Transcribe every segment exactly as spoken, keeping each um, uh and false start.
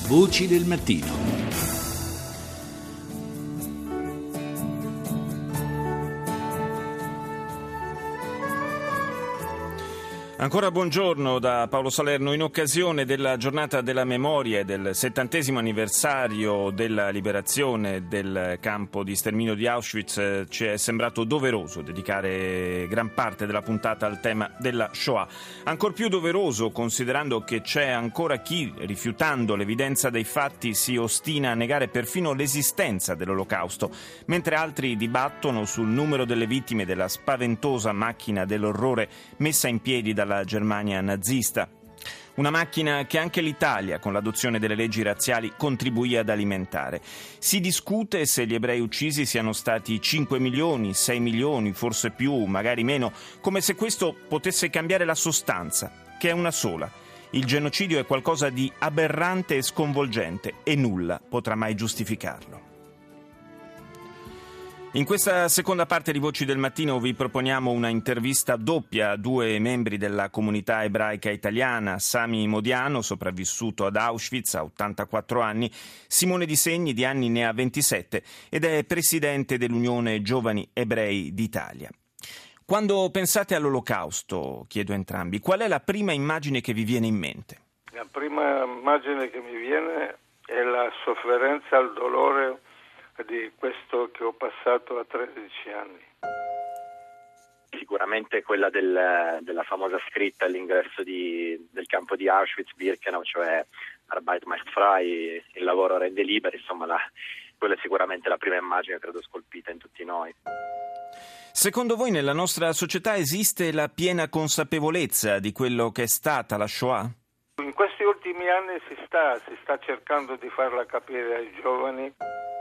Voci del mattino. Ancora buongiorno da Paolo Salerno. In occasione della giornata della memoria e del settantesimo anniversario della liberazione del campo di sterminio di Auschwitz, ci è sembrato doveroso dedicare gran parte della puntata al tema della Shoah. Ancor più doveroso considerando che c'è ancora chi, rifiutando l'evidenza dei fatti, si ostina a negare perfino l'esistenza dell'Olocausto, mentre altri dibattono sul numero delle vittime della spaventosa macchina dell'orrore messa in piedi dalla la Germania nazista. Una macchina che anche l'Italia, con l'adozione delle leggi razziali, contribuì ad alimentare. Si discute se gli ebrei uccisi siano stati cinque milioni, sei milioni, forse più, magari meno, come se questo potesse cambiare la sostanza, che è una sola. Il genocidio è qualcosa di aberrante e sconvolgente e nulla potrà mai giustificarlo. In questa seconda parte di Voci del Mattino vi proponiamo una intervista doppia a due membri della comunità ebraica italiana, Sami Modiano, sopravvissuto ad Auschwitz a ottantaquattro anni, Simone Di Segni, di anni ne ha ventisette, ed è presidente dell'Unione Giovani Ebrei d'Italia. Quando pensate all'Olocausto, chiedo a entrambi, qual è la prima immagine che vi viene in mente? La prima immagine che mi viene è la sofferenza, il dolore di questo che ho passato a tredici anni. Sicuramente quella del, della famosa scritta all'ingresso di, del campo di Auschwitz-Birkenau, cioè Arbeit macht frei, il lavoro rende liberi, insomma la, quella è sicuramente la prima immagine credo scolpita in tutti noi. Secondo voi nella nostra società esiste la piena consapevolezza di quello che è stata la Shoah? In questi ultimi anni si sta, si sta cercando di farla capire ai giovani.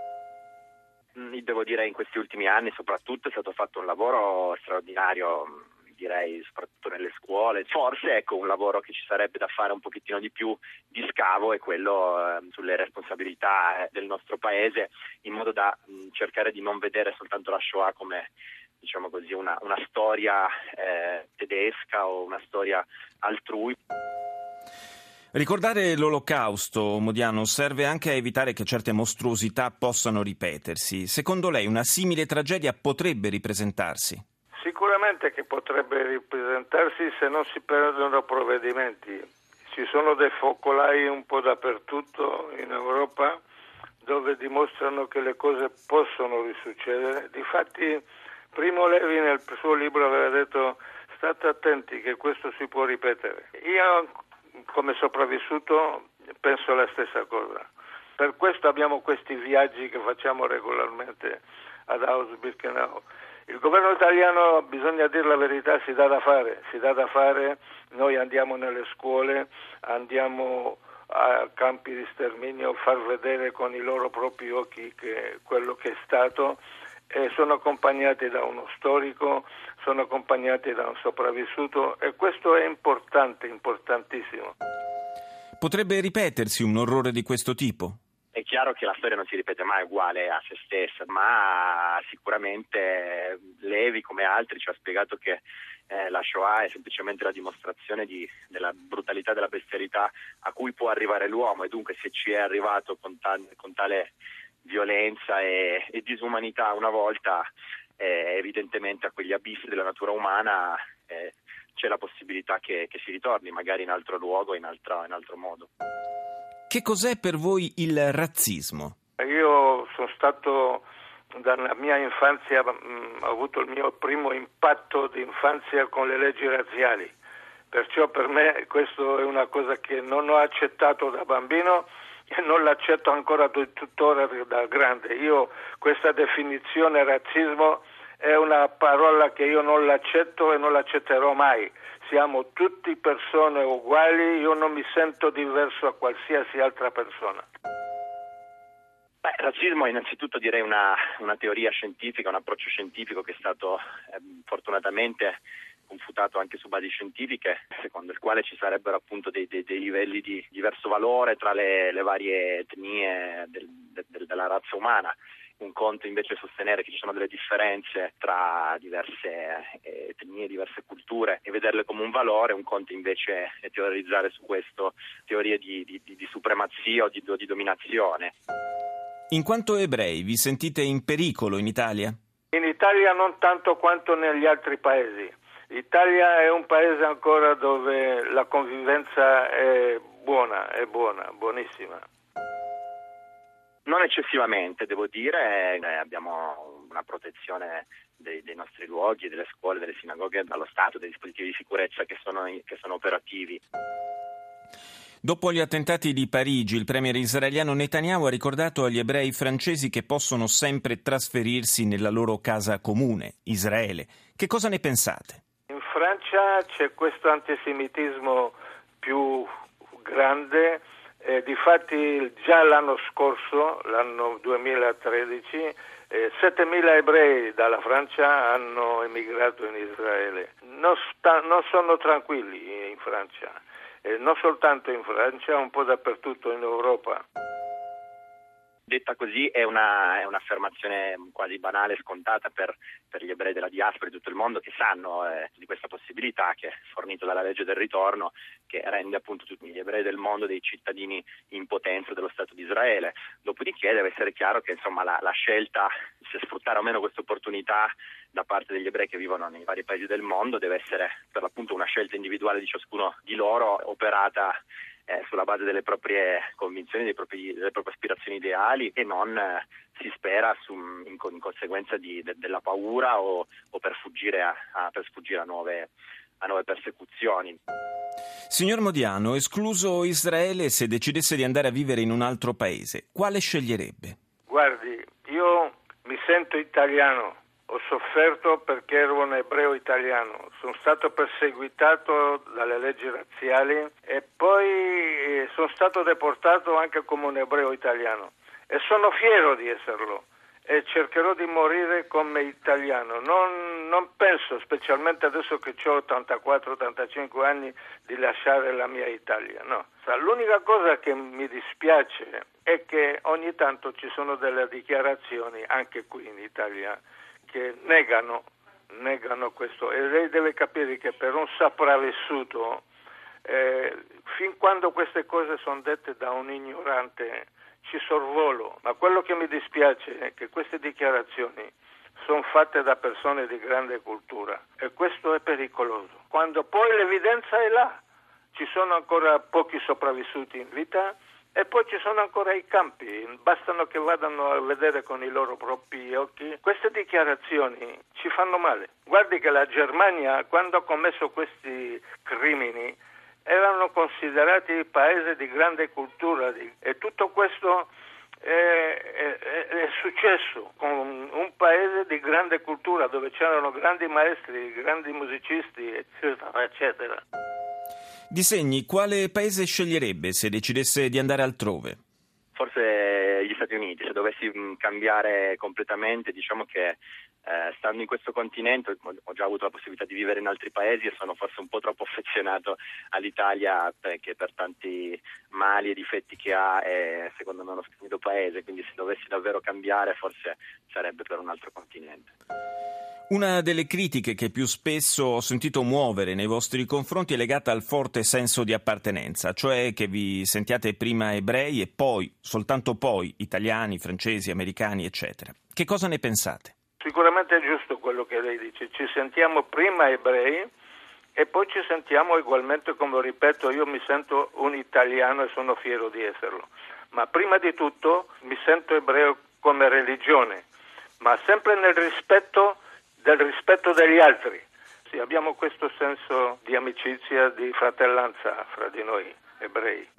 Devo dire in questi ultimi anni soprattutto è stato fatto un lavoro straordinario, direi soprattutto nelle scuole. Forse ecco un lavoro che ci sarebbe da fare un pochettino di più di scavo è quello eh, sulle responsabilità eh, del nostro paese, in modo da mh, cercare di non vedere soltanto la Shoah come diciamo così una, una storia eh, tedesca o una storia altrui. Ricordare l'Olocausto, Modiano, serve anche a evitare che certe mostruosità possano ripetersi. Secondo lei una simile tragedia potrebbe ripresentarsi? Sicuramente che potrebbe ripresentarsi se non si prendono provvedimenti. Ci sono dei focolai un po' dappertutto in Europa dove dimostrano che le cose possono risuccedere. Difatti Primo Levi nel suo libro aveva detto state attenti che questo si può ripetere. Io come sopravvissuto penso la stessa cosa. Per questo abbiamo questi viaggi che facciamo regolarmente ad Auschwitz-Birkenau. Il governo italiano, bisogna dire la verità, si dà da fare, si dà da fare. Noi andiamo nelle scuole, andiamo a campi di sterminio, far vedere con i loro propri occhi che quello che è stato. E sono accompagnati da uno storico, sono accompagnati da un sopravvissuto e questo è importante, importantissimo. Potrebbe ripetersi un orrore di questo tipo? È chiaro che la storia non si ripete mai uguale a se stessa, ma sicuramente Levi, come altri, ci ha spiegato che eh, la Shoah è semplicemente la dimostrazione di, della brutalità, della bestialità a cui può arrivare l'uomo, e dunque se ci è arrivato con, ta- con tale violenza e, e disumanità una volta, eh, evidentemente a quegli abissi della natura umana eh, c'è la possibilità che, che si ritorni, magari in altro luogo, in, altra, in altro modo. Che cos'è per voi il razzismo? Io sono stato, dalla mia infanzia, mh, ho avuto il mio primo impatto di infanzia con le leggi razziali, perciò per me questo è una cosa che non ho accettato da bambino e non l'accetto ancora tuttora da grande. Io questa definizione razzismo è una parola che io non l'accetto e non l'accetterò mai. Siamo tutti persone uguali, io non mi sento diverso a qualsiasi altra persona. Beh, il razzismo è innanzitutto direi una, una teoria scientifica, un approccio scientifico che è stato eh, fortunatamente confutato anche su basi scientifiche, secondo il quale ci sarebbero appunto dei, dei, dei livelli di diverso valore tra le, le varie etnie del, del, della razza umana. un conto invece sostenere che ci sono delle differenze tra diverse etnie, diverse culture e vederle come un valore, un conto invece è teorizzare su questo teorie di, di, di supremazia o di, di dominazione. In quanto ebrei, vi sentite in pericolo in Italia? In Italia non tanto quanto negli altri paesi. L'Italia è un paese ancora dove la convivenza è buona, è buona, buonissima. Non eccessivamente, devo dire, eh, abbiamo una protezione dei, dei nostri luoghi, delle scuole, delle sinagoghe dallo Stato, dei dispositivi di sicurezza che sono, che sono operativi. Dopo gli attentati di Parigi, il premier israeliano Netanyahu ha ricordato agli ebrei francesi che possono sempre trasferirsi nella loro casa comune, Israele. Che cosa ne pensate? In Francia c'è questo antisemitismo più grande. Eh, difatti già l'anno scorso, l'anno duemilatredici, eh, settemila ebrei dalla Francia hanno emigrato in Israele. Non, sta, non sono tranquilli in Francia, eh, non soltanto in Francia, un po' dappertutto in Europa. Detta così è, una, è un'affermazione quasi banale, scontata per, per gli ebrei della diaspora di tutto il mondo, che sanno eh, di questa possibilità che è fornita dalla legge del ritorno, che rende appunto tutti gli ebrei del mondo dei cittadini in potenza dello Stato di Israele. Dopodiché deve essere chiaro che insomma la, la scelta se sfruttare o meno questa opportunità da parte degli ebrei che vivono nei vari paesi del mondo deve essere per l'appunto una scelta individuale di ciascuno di loro, operata Eh, sulla base delle proprie convinzioni, dei propri, delle proprie aspirazioni ideali e non eh, si spera su, in, in conseguenza di, de, della paura o, o per fuggire, a, a, per sfuggire a nuove, a nuove persecuzioni. Signor Modiano, escluso Israele, se decidesse di andare a vivere in un altro paese, quale sceglierebbe? Guardi, io mi sento italiano. Ho sofferto perché ero un ebreo italiano, sono stato perseguitato dalle leggi razziali e poi sono stato deportato anche come un ebreo italiano e sono fiero di esserlo e cercherò di morire come italiano. Non, non penso, specialmente adesso che ho ottantaquattro ottantacinque anni, di lasciare la mia Italia, no. L'unica cosa che mi dispiace è che ogni tanto ci sono delle dichiarazioni, anche qui in Italia, che negano, negano questo e lei deve capire che per un sopravvissuto eh, fin quando queste cose sono dette da un ignorante ci sorvolo, ma quello che mi dispiace è che queste dichiarazioni sono fatte da persone di grande cultura e questo è pericoloso. Quando poi l'evidenza è là, ci sono ancora pochi sopravvissuti in vita e poi ci sono ancora i campi, bastano che vadano a vedere con i loro propri occhi. Queste dichiarazioni ci fanno male. Guardi che la Germania, quando ha commesso questi crimini, erano considerati paese di grande cultura e tutto questo è, è, è successo con un paese di grande cultura dove c'erano grandi maestri, grandi musicisti, eccetera, eccetera. Disegni, quale paese sceglierebbe se decidesse di andare altrove? Forse gli Stati Uniti. Se dovessi cambiare completamente, diciamo che eh, stando in questo continente ho già avuto la possibilità di vivere in altri paesi e sono forse un po' troppo affezionato all'Italia, perché per tanti mali e difetti che ha è secondo me uno splendido paese, quindi se dovessi davvero cambiare forse sarebbe per un altro continente. Una delle critiche che più spesso ho sentito muovere nei vostri confronti è legata al forte senso di appartenenza, cioè che vi sentiate prima ebrei e poi, soltanto poi, italiani, francesi, americani, eccetera. Che cosa ne pensate? Sicuramente è giusto quello che lei dice, ci sentiamo prima ebrei e poi ci sentiamo ugualmente, come ripeto, io mi sento un italiano e sono fiero di esserlo, ma prima di tutto mi sento ebreo come religione, ma sempre nel rispetto del rispetto degli altri. Sì, abbiamo questo senso di amicizia, di fratellanza fra di noi ebrei.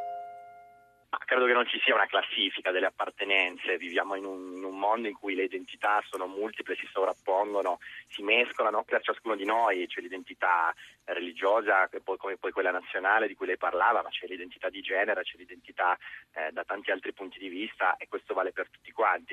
Credo che non ci sia una classifica delle appartenenze, viviamo in un, in un mondo in cui le identità sono multiple, si sovrappongono, si mescolano. Per ciascuno di noi c'è l'identità religiosa, e poi, come poi quella nazionale di cui lei parlava, ma c'è l'identità di genere, c'è l'identità eh, da tanti altri punti di vista e questo vale per tutti quanti.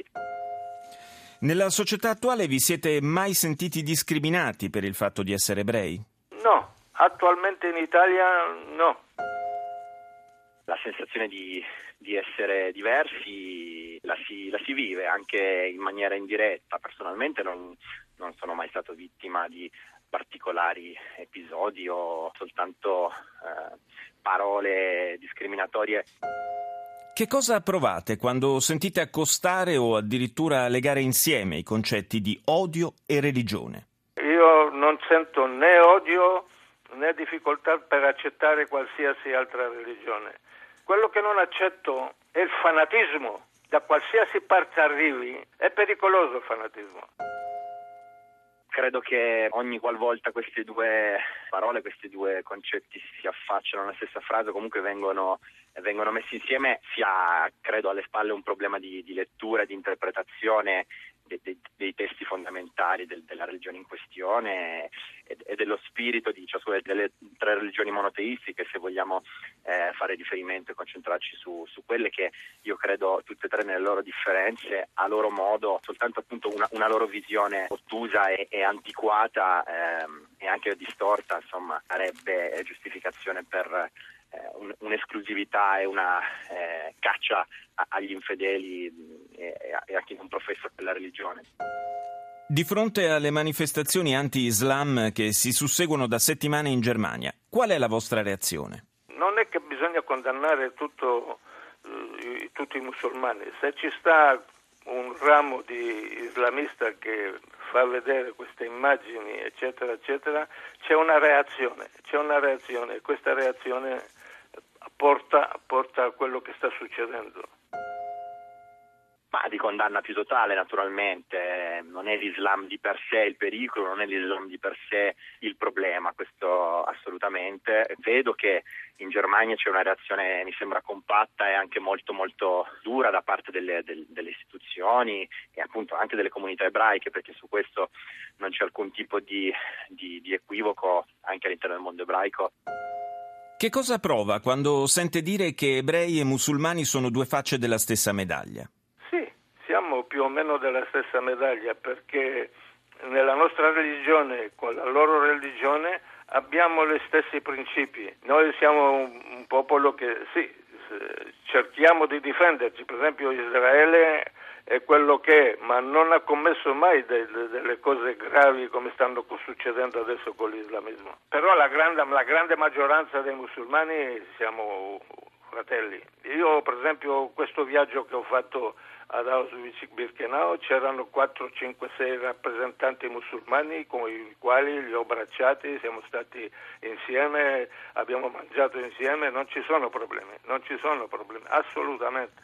Nella società attuale vi siete mai sentiti discriminati per il fatto di essere ebrei? No, attualmente in Italia no. la sensazione di, di essere diversi la si, la si vive anche in maniera indiretta. Personalmente non, non sono mai stato vittima di particolari episodi o soltanto eh, parole discriminatorie. Che cosa provate quando sentite accostare o addirittura legare insieme i concetti di odio e religione? Io non sento né odio né difficoltà per accettare qualsiasi altra religione. Quello che non accetto è il fanatismo. Da qualsiasi parte arrivi, è pericoloso il fanatismo. Credo che ogni qualvolta queste due parole, questi due concetti si affacciano nella stessa frase, comunque vengono, vengono messi insieme, si ha, credo, alle spalle un problema di, di lettura, di interpretazione de, de, dei testi fondamentali del, della religione in questione e, e dello spirito di ciascuna delle tre religioni monoteistiche, se vogliamo eh, fare riferimento e concentrarci su, su quelle che io credo tutte e tre nelle loro differenze, a loro modo, soltanto appunto una, una loro visione ottusa e, e antiquata ehm, e anche distorta, insomma, sarebbe giustificazione per eh, un, un'esclusività e una eh, caccia a, agli infedeli e, e a chi non professa quella religione. Di fronte alle manifestazioni anti-Islam che si susseguono da settimane in Germania, qual è la vostra reazione? Non è che bisogna condannare tutto, eh, tutti i musulmani. Se ci sta un ramo di islamista che fa vedere queste immagini, eccetera, eccetera, c'è una reazione, c'è una reazione e questa reazione porta, porta a quello che sta succedendo. Ma di condanna più totale, naturalmente. Non è l'Islam di per sé il pericolo, non è l'Islam di per sé il problema, questo assolutamente. Vedo che in Germania c'è una reazione, mi sembra, compatta e anche molto molto dura da parte delle, delle, delle istituzioni e appunto anche delle comunità ebraiche, perché su questo non c'è alcun tipo di, di, di equivoco anche all'interno del mondo ebraico. Che cosa prova quando sente dire che ebrei e musulmani sono due facce della stessa medaglia? Siamo più o meno della stessa medaglia, perché nella nostra religione, con la loro religione, abbiamo gli stessi principi. Noi siamo un popolo che sì, cerchiamo di difenderci. Per esempio Israele è quello che è, ma non ha commesso mai delle, delle cose gravi come stanno succedendo adesso con l'islamismo. Però la grande, la grande maggioranza dei musulmani siamo fratelli. Io, per esempio, questo viaggio che ho fatto ad Auschwitz-Birkenau c'erano quattro, cinque, sei rappresentanti musulmani con i quali li ho abbracciati, siamo stati insieme, abbiamo mangiato insieme, non ci sono problemi, non ci sono problemi, assolutamente.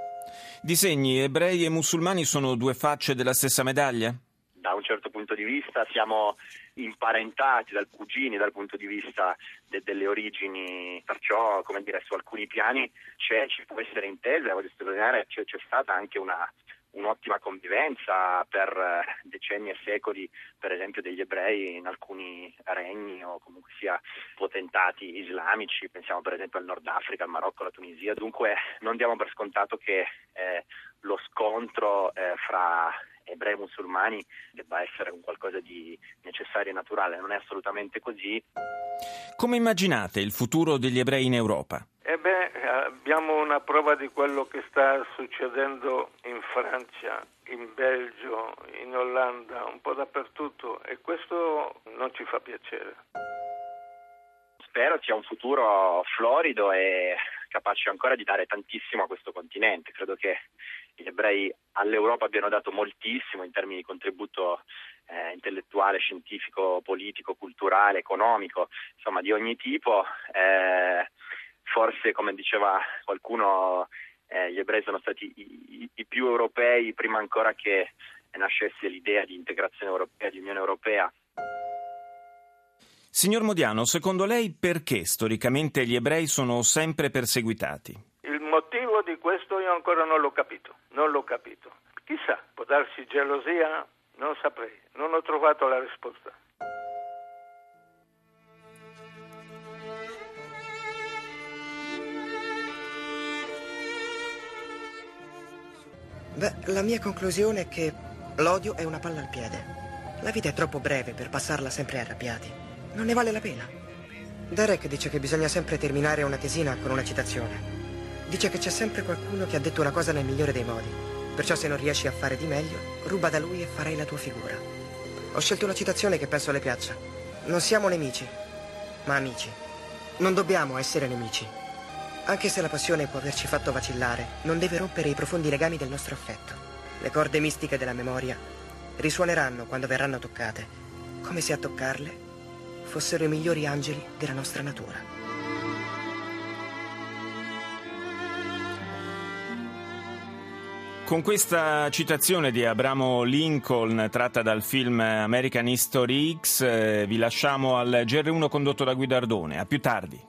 Disegni, ebrei e musulmani sono due facce della stessa medaglia? Da un certo punto di vista siamo imparentati dal cugini dal punto di vista de- delle origini, perciò, come dire, su alcuni piani c'è, ci può essere intesa, voglio sottolineare, c'è, c'è stata anche una un'ottima convivenza per decenni e secoli, per esempio degli ebrei in alcuni regni o comunque sia potentati islamici, pensiamo per esempio al Nord Africa, al Marocco, alla Tunisia. Dunque non diamo per scontato che eh, lo scontro eh, fra ebrei e musulmani debba essere un qualcosa di necessario e naturale, non è assolutamente così. Come immaginate il futuro degli ebrei in Europa? Eh beh, abbiamo una prova di quello che sta succedendo in Francia, in Belgio, in Olanda, un po' dappertutto, e questo non ci fa piacere. Spero sia un futuro florido e capace ancora di dare tantissimo a questo continente. Credo che gli ebrei all'Europa abbiano dato moltissimo in termini di contributo eh, intellettuale, scientifico, politico, culturale, economico, insomma di ogni tipo. Eh, forse, come diceva qualcuno, eh, gli ebrei sono stati i, i, i più europei prima ancora che nascesse l'idea di integrazione europea, di Unione Europea. Signor Modiano, secondo lei perché storicamente gli ebrei sono sempre perseguitati? Il motivo di questo io ancora non l'ho capito, non l'ho capito. Chissà, può darsi gelosia? Non saprei, non ho trovato la risposta. Beh, la mia conclusione è che l'odio è una palla al piede. La vita è troppo breve per passarla sempre arrabbiati. Non ne vale la pena. Derek dice che bisogna sempre terminare una tesina con una citazione. Dice che c'è sempre qualcuno che ha detto una cosa nel migliore dei modi. Perciò se non riesci a fare di meglio, ruba da lui e farai la tua figura. Ho scelto una citazione che penso le piaccia. Non siamo nemici, ma amici. Non dobbiamo essere nemici. Anche se la passione può averci fatto vacillare, non deve rompere i profondi legami del nostro affetto. Le corde mistiche della memoria risuoneranno quando verranno toccate, come se a toccarle fossero i migliori angeli della nostra natura. Con questa citazione di Abramo Lincoln tratta dal film American History X eh, vi lasciamo al G R uno condotto da Guidardone. A più tardi.